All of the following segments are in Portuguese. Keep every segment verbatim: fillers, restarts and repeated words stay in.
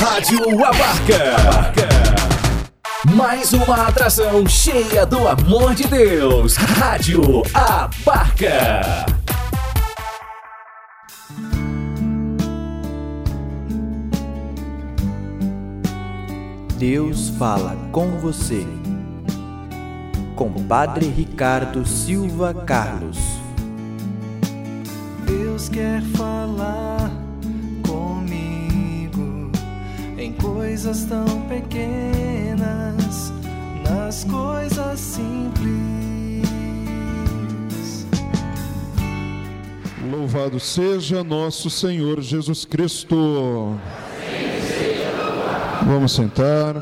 Rádio Abarca. Mais uma atração cheia do amor de Deus. Rádio Abarca. Deus fala com você. Com Padre Ricardo Silva Carlos. Deus quer falar comigo em coisas tão pequenas, nas coisas simples. Louvado seja nosso Senhor Jesus Cristo. Vamos sentar.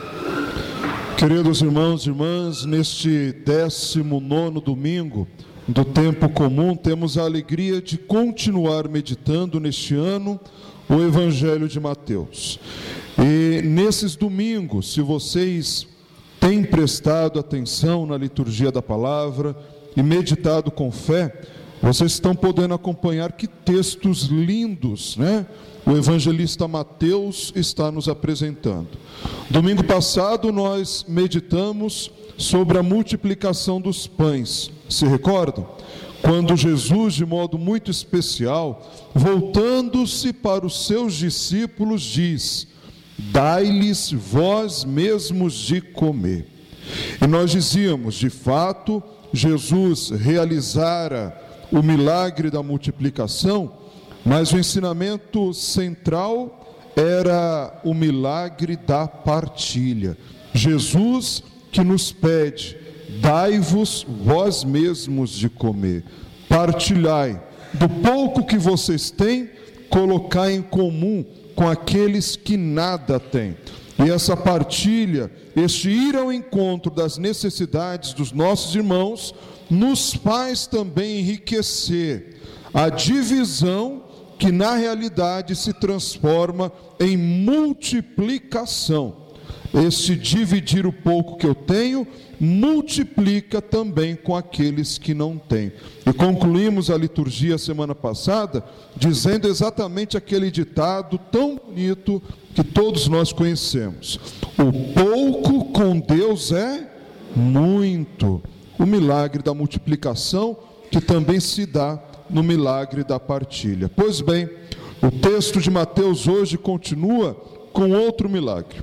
Queridos irmãos e irmãs, neste décimo nono domingo do tempo comum, temos a alegria de continuar meditando neste ano o Evangelho de Mateus. E nesses domingos, se vocês têm prestado atenção na liturgia da palavra e meditado com fé, vocês estão podendo acompanhar que textos lindos, né? O evangelista Mateus está nos apresentando. Domingo passado nós meditamos sobre a multiplicação dos pães. Se recordam? Quando Jesus, de modo muito especial, voltando-se para os seus discípulos, diz: dai-lhes vós mesmos de comer. E nós dizíamos, de fato, Jesus realizara o milagre da multiplicação, mas o ensinamento central era o milagre da partilha. Jesus que nos pede: dai-vos vós mesmos de comer, partilhai do pouco que vocês têm, colocai em comum com aqueles que nada têm. E essa partilha, este ir ao encontro das necessidades dos nossos irmãos, nos faz também enriquecer a divisão, que na realidade se transforma em multiplicação. Este dividir o pouco que eu tenho, multiplica também com aqueles que não têm. E concluímos a liturgia semana passada, dizendo exatamente aquele ditado tão bonito que todos nós conhecemos: o pouco com Deus é muito. O milagre da multiplicação, que também se dá no milagre da partilha. Pois bem, o texto de Mateus hoje continua com outro milagre.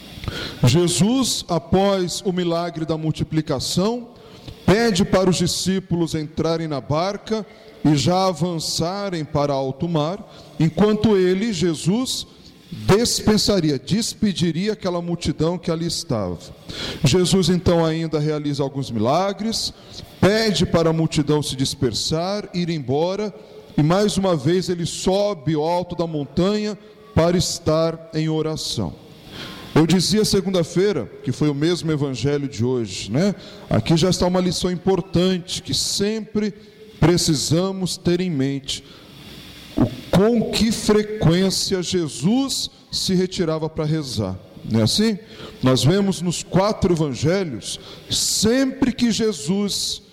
Jesus, após o milagre da multiplicação, pede para os discípulos entrarem na barca e já avançarem para alto mar, enquanto ele, Jesus, dispensaria, despediria aquela multidão que ali estava. Jesus então ainda realiza alguns milagres, pede para a multidão se dispersar, ir embora, e mais uma vez ele sobe ao alto da montanha para estar em oração. Eu dizia segunda-feira, que foi o mesmo evangelho de hoje, né? Aqui já está uma lição importante que sempre precisamos ter em mente: o com que frequência Jesus se retirava para rezar. Não é assim? Nós vemos nos quatro evangelhos, sempre que Jesus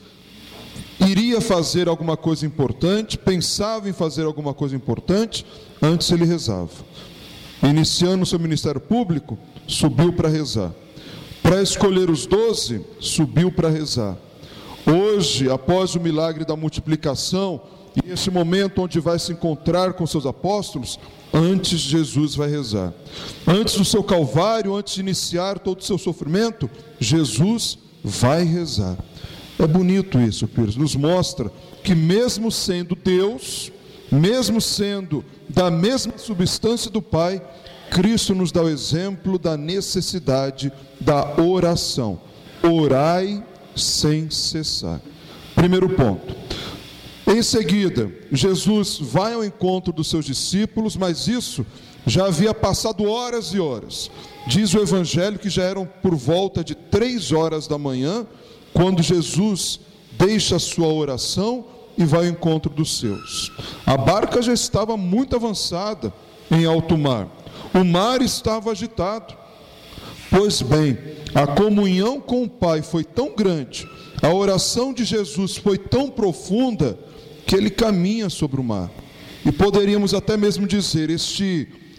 iria fazer alguma coisa importante, pensava em fazer alguma coisa importante, antes ele rezava. Iniciando o seu ministério público, subiu para rezar. Para escolher os doze, subiu para rezar. Hoje, após o milagre da multiplicação, e esse momento onde vai se encontrar com seus apóstolos, antes Jesus vai rezar. Antes do seu calvário, antes de iniciar todo o seu sofrimento, Jesus vai rezar. É bonito isso, Pires. Nos mostra que mesmo sendo Deus, mesmo sendo da mesma substância do Pai, Cristo nos dá o exemplo da necessidade da oração. Orai sem cessar. Primeiro ponto. Em seguida, Jesus vai ao encontro dos seus discípulos, mas isso já havia passado horas e horas. Diz o Evangelho que já eram por volta de três horas da manhã, quando Jesus deixa a sua oração e vai ao encontro dos seus. A barca já estava muito avançada em alto mar. O mar estava agitado. Pois bem, a comunhão com o Pai foi tão grande, a oração de Jesus foi tão profunda, que ele caminha sobre o mar. E poderíamos até mesmo dizer, este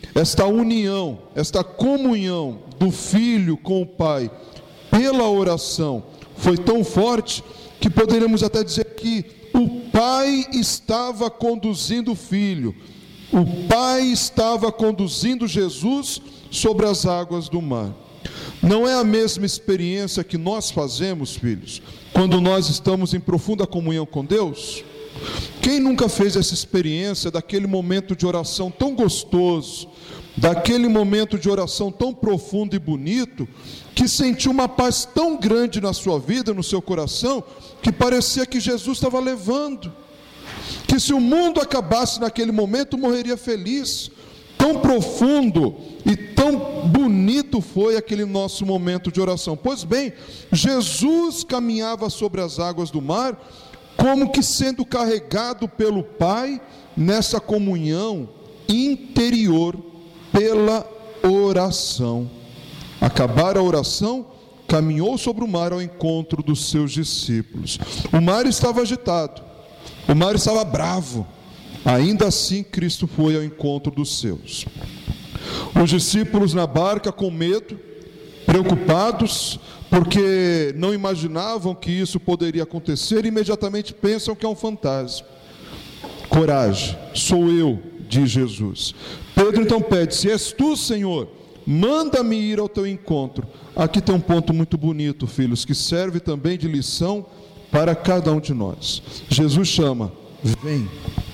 esta união, esta comunhão do Filho com o Pai pela oração foi tão forte que poderíamos até dizer que o Pai estava conduzindo o Filho, o Pai estava conduzindo Jesus sobre as águas do mar. Não é a mesma experiência que nós fazemos, filhos, quando nós estamos em profunda comunhão com Deus? Quem nunca fez essa experiência daquele momento de oração tão gostoso, daquele momento de oração tão profundo e bonito, que sentiu uma paz tão grande na sua vida, no seu coração, que parecia que Jesus estava levando, que se o mundo acabasse naquele momento, morreria feliz. Tão profundo e tão bonito foi aquele nosso momento de oração. Pois bem, Jesus caminhava sobre as águas do mar, como que sendo carregado pelo Pai, nessa comunhão interior, pela oração. Acabar a oração, caminhou sobre o mar ao encontro dos seus discípulos. O mar estava agitado, o mar estava bravo. Ainda assim, Cristo foi ao encontro dos seus. Os discípulos na barca com medo, preocupados, porque não imaginavam que isso poderia acontecer, imediatamente pensam que é um fantasma. Coragem, sou eu, diz Jesus. Pedro então pede: se és tu, Senhor, manda-me ir ao teu encontro. Aqui tem um ponto muito bonito, filhos, que serve também de lição para cada um de nós. Jesus chama: vem.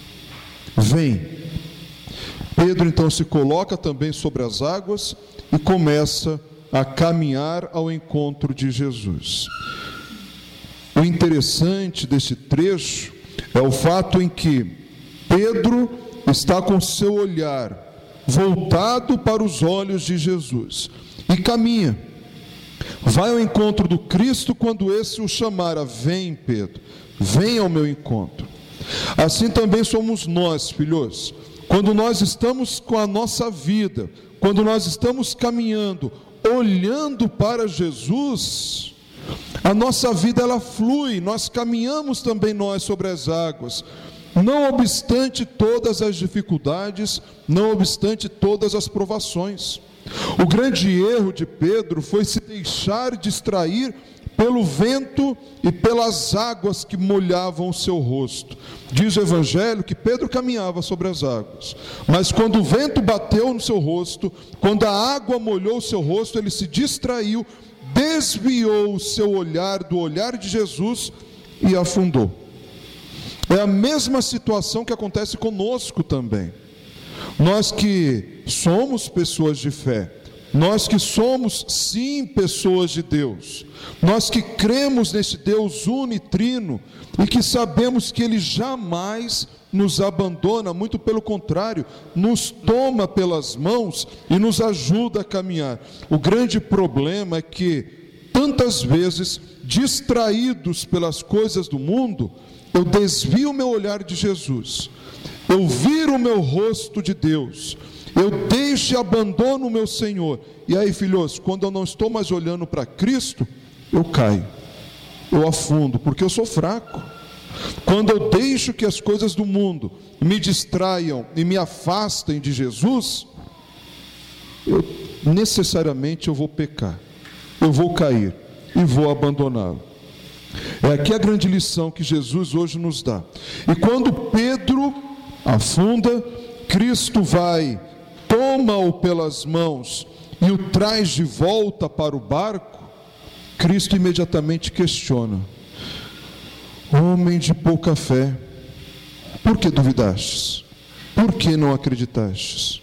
Vem. Pedro então se coloca também sobre as águas e começa a caminhar ao encontro de Jesus. O interessante desse trecho é o fato em que Pedro está com seu olhar voltado para os olhos de Jesus e caminha, vai ao encontro do Cristo quando esse o chamara: vem, Pedro, vem ao meu encontro. Assim também somos nós, filhos, quando nós estamos com a nossa vida, quando nós estamos caminhando, olhando para Jesus, a nossa vida ela flui, nós caminhamos também nós sobre as águas, não obstante todas as dificuldades, não obstante todas as provações. O grande erro de Pedro foi se deixar distrair pelo vento e pelas águas que molhavam o seu rosto. Diz o Evangelho que Pedro caminhava sobre as águas, mas quando o vento bateu no seu rosto, quando a água molhou o seu rosto, ele se distraiu, desviou o seu olhar do olhar de Jesus e afundou. É a mesma situação que acontece conosco também. Nós que somos pessoas de fé, nós que somos sim pessoas de Deus, nós que cremos nesse Deus unitrino e que sabemos que Ele jamais nos abandona, muito pelo contrário, nos toma pelas mãos e nos ajuda a caminhar. O grande problema é que tantas vezes, distraídos pelas coisas do mundo, eu desvio o meu olhar de Jesus, eu viro o meu rosto de Deus, eu deixo e abandono o meu Senhor. E aí, filhos, quando eu não estou mais olhando para Cristo, eu caio, eu afundo, porque eu sou fraco. Quando eu deixo que as coisas do mundo me distraiam e me afastem de Jesus, eu, necessariamente eu vou pecar, eu vou cair e vou abandoná-lo. É aqui a grande lição que Jesus hoje nos dá. E quando Pedro afunda, Cristo vai, toma-o pelas mãos e o traz de volta para o barco. Cristo imediatamente questiona: homem de pouca fé, por que duvidastes? Por que não acreditastes?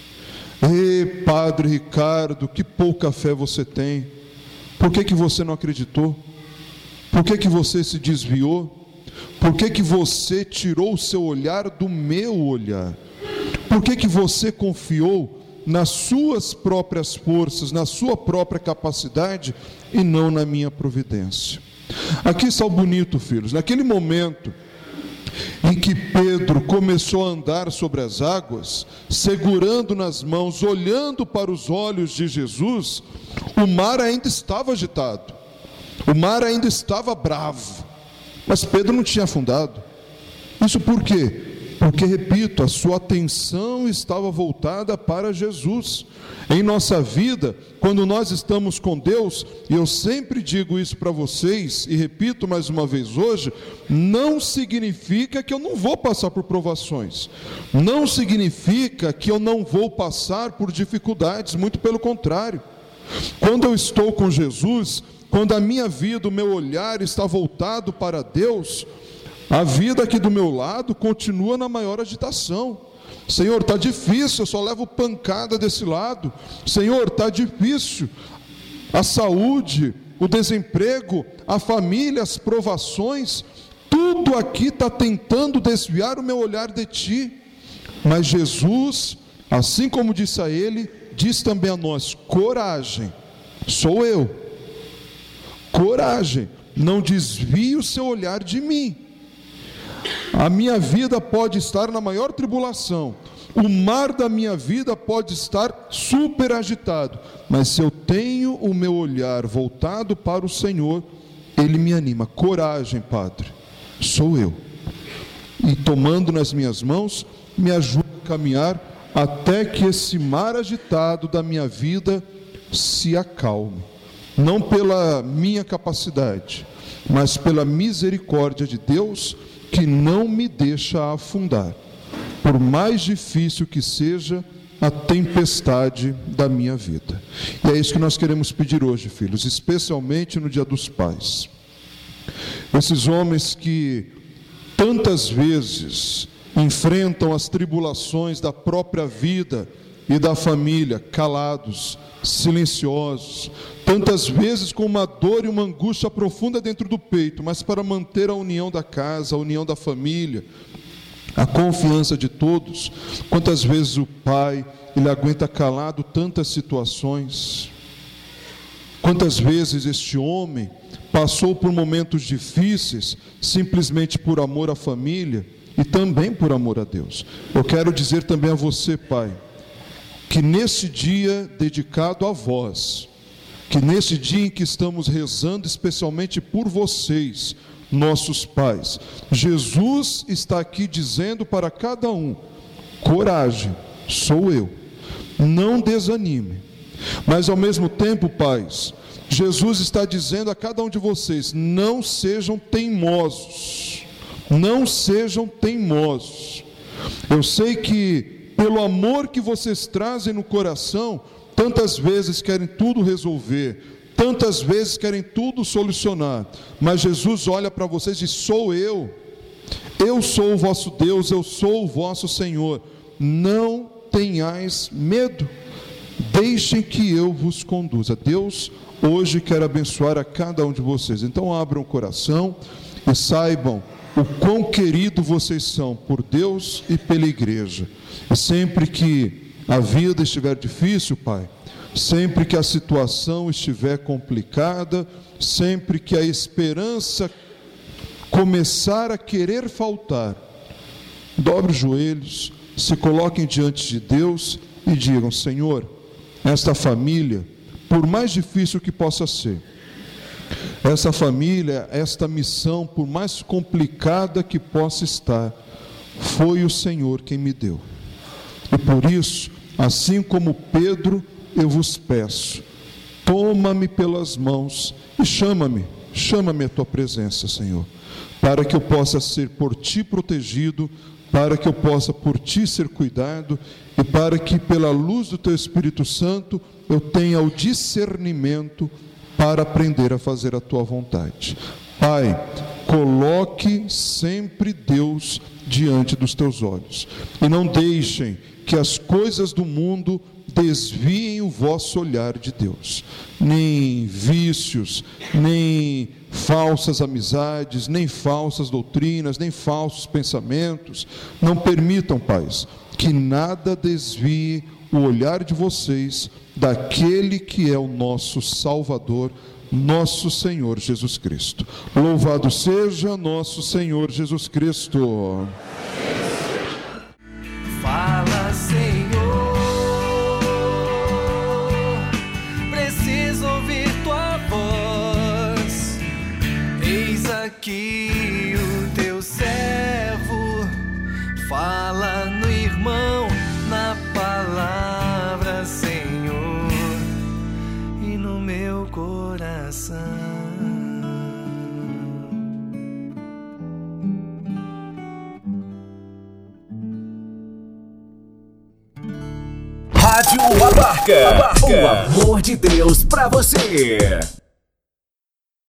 Ê, Padre Ricardo, que pouca fé você tem. Por que que você não acreditou? Por que que você se desviou? Por que que você tirou o seu olhar do meu olhar? Por que que você confiou nas suas próprias forças, na sua própria capacidade e não na minha providência? Aqui está o bonito, filhos. Naquele momento em que Pedro começou a andar sobre as águas, segurando nas mãos, olhando para os olhos de Jesus, o mar ainda estava agitado, o mar ainda estava bravo, mas Pedro não tinha afundado. Isso por quê? Porque, repito, a sua atenção estava voltada para Jesus. Em nossa vida, quando nós estamos com Deus, e eu sempre digo isso para vocês, e repito mais uma vez hoje, não significa que eu não vou passar por provações, não significa que eu não vou passar por dificuldades, muito pelo contrário. Quando eu estou com Jesus, quando a minha vida, o meu olhar está voltado para Deus, a vida aqui do meu lado continua na maior agitação. Senhor, está difícil, eu só levo pancada desse lado. Senhor, está difícil. A saúde, o desemprego, a família, as provações, tudo aqui está tentando desviar o meu olhar de Ti. Mas Jesus, assim como disse a ele, diz também a nós: coragem, sou eu. Coragem, não desvie o seu olhar de mim. A minha vida pode estar na maior tribulação, o mar da minha vida pode estar super agitado, mas se eu tenho o meu olhar voltado para o Senhor, Ele me anima. Coragem, Padre, sou eu. E tomando nas minhas mãos, me ajuda a caminhar até que esse mar agitado da minha vida se acalme. Não pela minha capacidade, mas pela misericórdia de Deus, que não me deixa afundar, por mais difícil que seja a tempestade da minha vida. E é isso que nós queremos pedir hoje, filhos, especialmente no Dia dos Pais. Esses homens que tantas vezes enfrentam as tribulações da própria vida e da família, calados, silenciosos, tantas vezes com uma dor e uma angústia profunda dentro do peito, mas para manter a união da casa, a união da família, a confiança de todos. Quantas vezes o pai, ele aguenta calado tantas situações? Quantas vezes este homem passou por momentos difíceis, simplesmente por amor à família e também por amor a Deus? Eu quero dizer também a você, pai, que nesse dia dedicado a vós, que nesse dia em que estamos rezando especialmente por vocês, nossos pais, Jesus está aqui dizendo para cada um: coragem, sou eu, não desanime. Mas ao mesmo tempo, pais, Jesus está dizendo a cada um de vocês: não sejam teimosos, não sejam teimosos. Eu sei que pelo amor que vocês trazem no coração, tantas vezes querem tudo resolver, tantas vezes querem tudo solucionar, mas Jesus olha para vocês e diz: sou eu, eu sou o vosso Deus, eu sou o vosso Senhor, não tenhais medo, deixem que eu vos conduza. Deus hoje quer abençoar a cada um de vocês, então abram o coração e saibam o quão querido vocês são por Deus e pela igreja. E sempre que a vida estiver difícil, Pai, sempre que a situação estiver complicada, sempre que a esperança começar a querer faltar, dobre os joelhos, se coloquem diante de Deus e digam: Senhor, esta família, por mais difícil que possa ser, essa família, esta missão, por mais complicada que possa estar, foi o Senhor quem me deu. E por isso, assim como Pedro, eu vos peço: toma-me pelas mãos e chama-me, chama-me à tua presença, Senhor, para que eu possa ser por ti protegido, para que eu possa por ti ser cuidado, e para que pela luz do teu Espírito Santo eu tenha o discernimento para aprender a fazer a tua vontade. Pai, coloque sempre Deus diante dos teus olhos, e não deixem que as coisas do mundo desviem o vosso olhar de Deus, nem vícios, nem falsas amizades, nem falsas doutrinas, nem falsos pensamentos. Não permitam, pais, que nada desvie o olhar de vocês daquele que é o nosso Salvador, nosso Senhor Jesus Cristo. Louvado seja nosso Senhor Jesus Cristo. Fala, Senhor, preciso ouvir tua voz. Eis aqui o teu servo, fala. coração. Rádio Abarca, o amor de Deus pra você.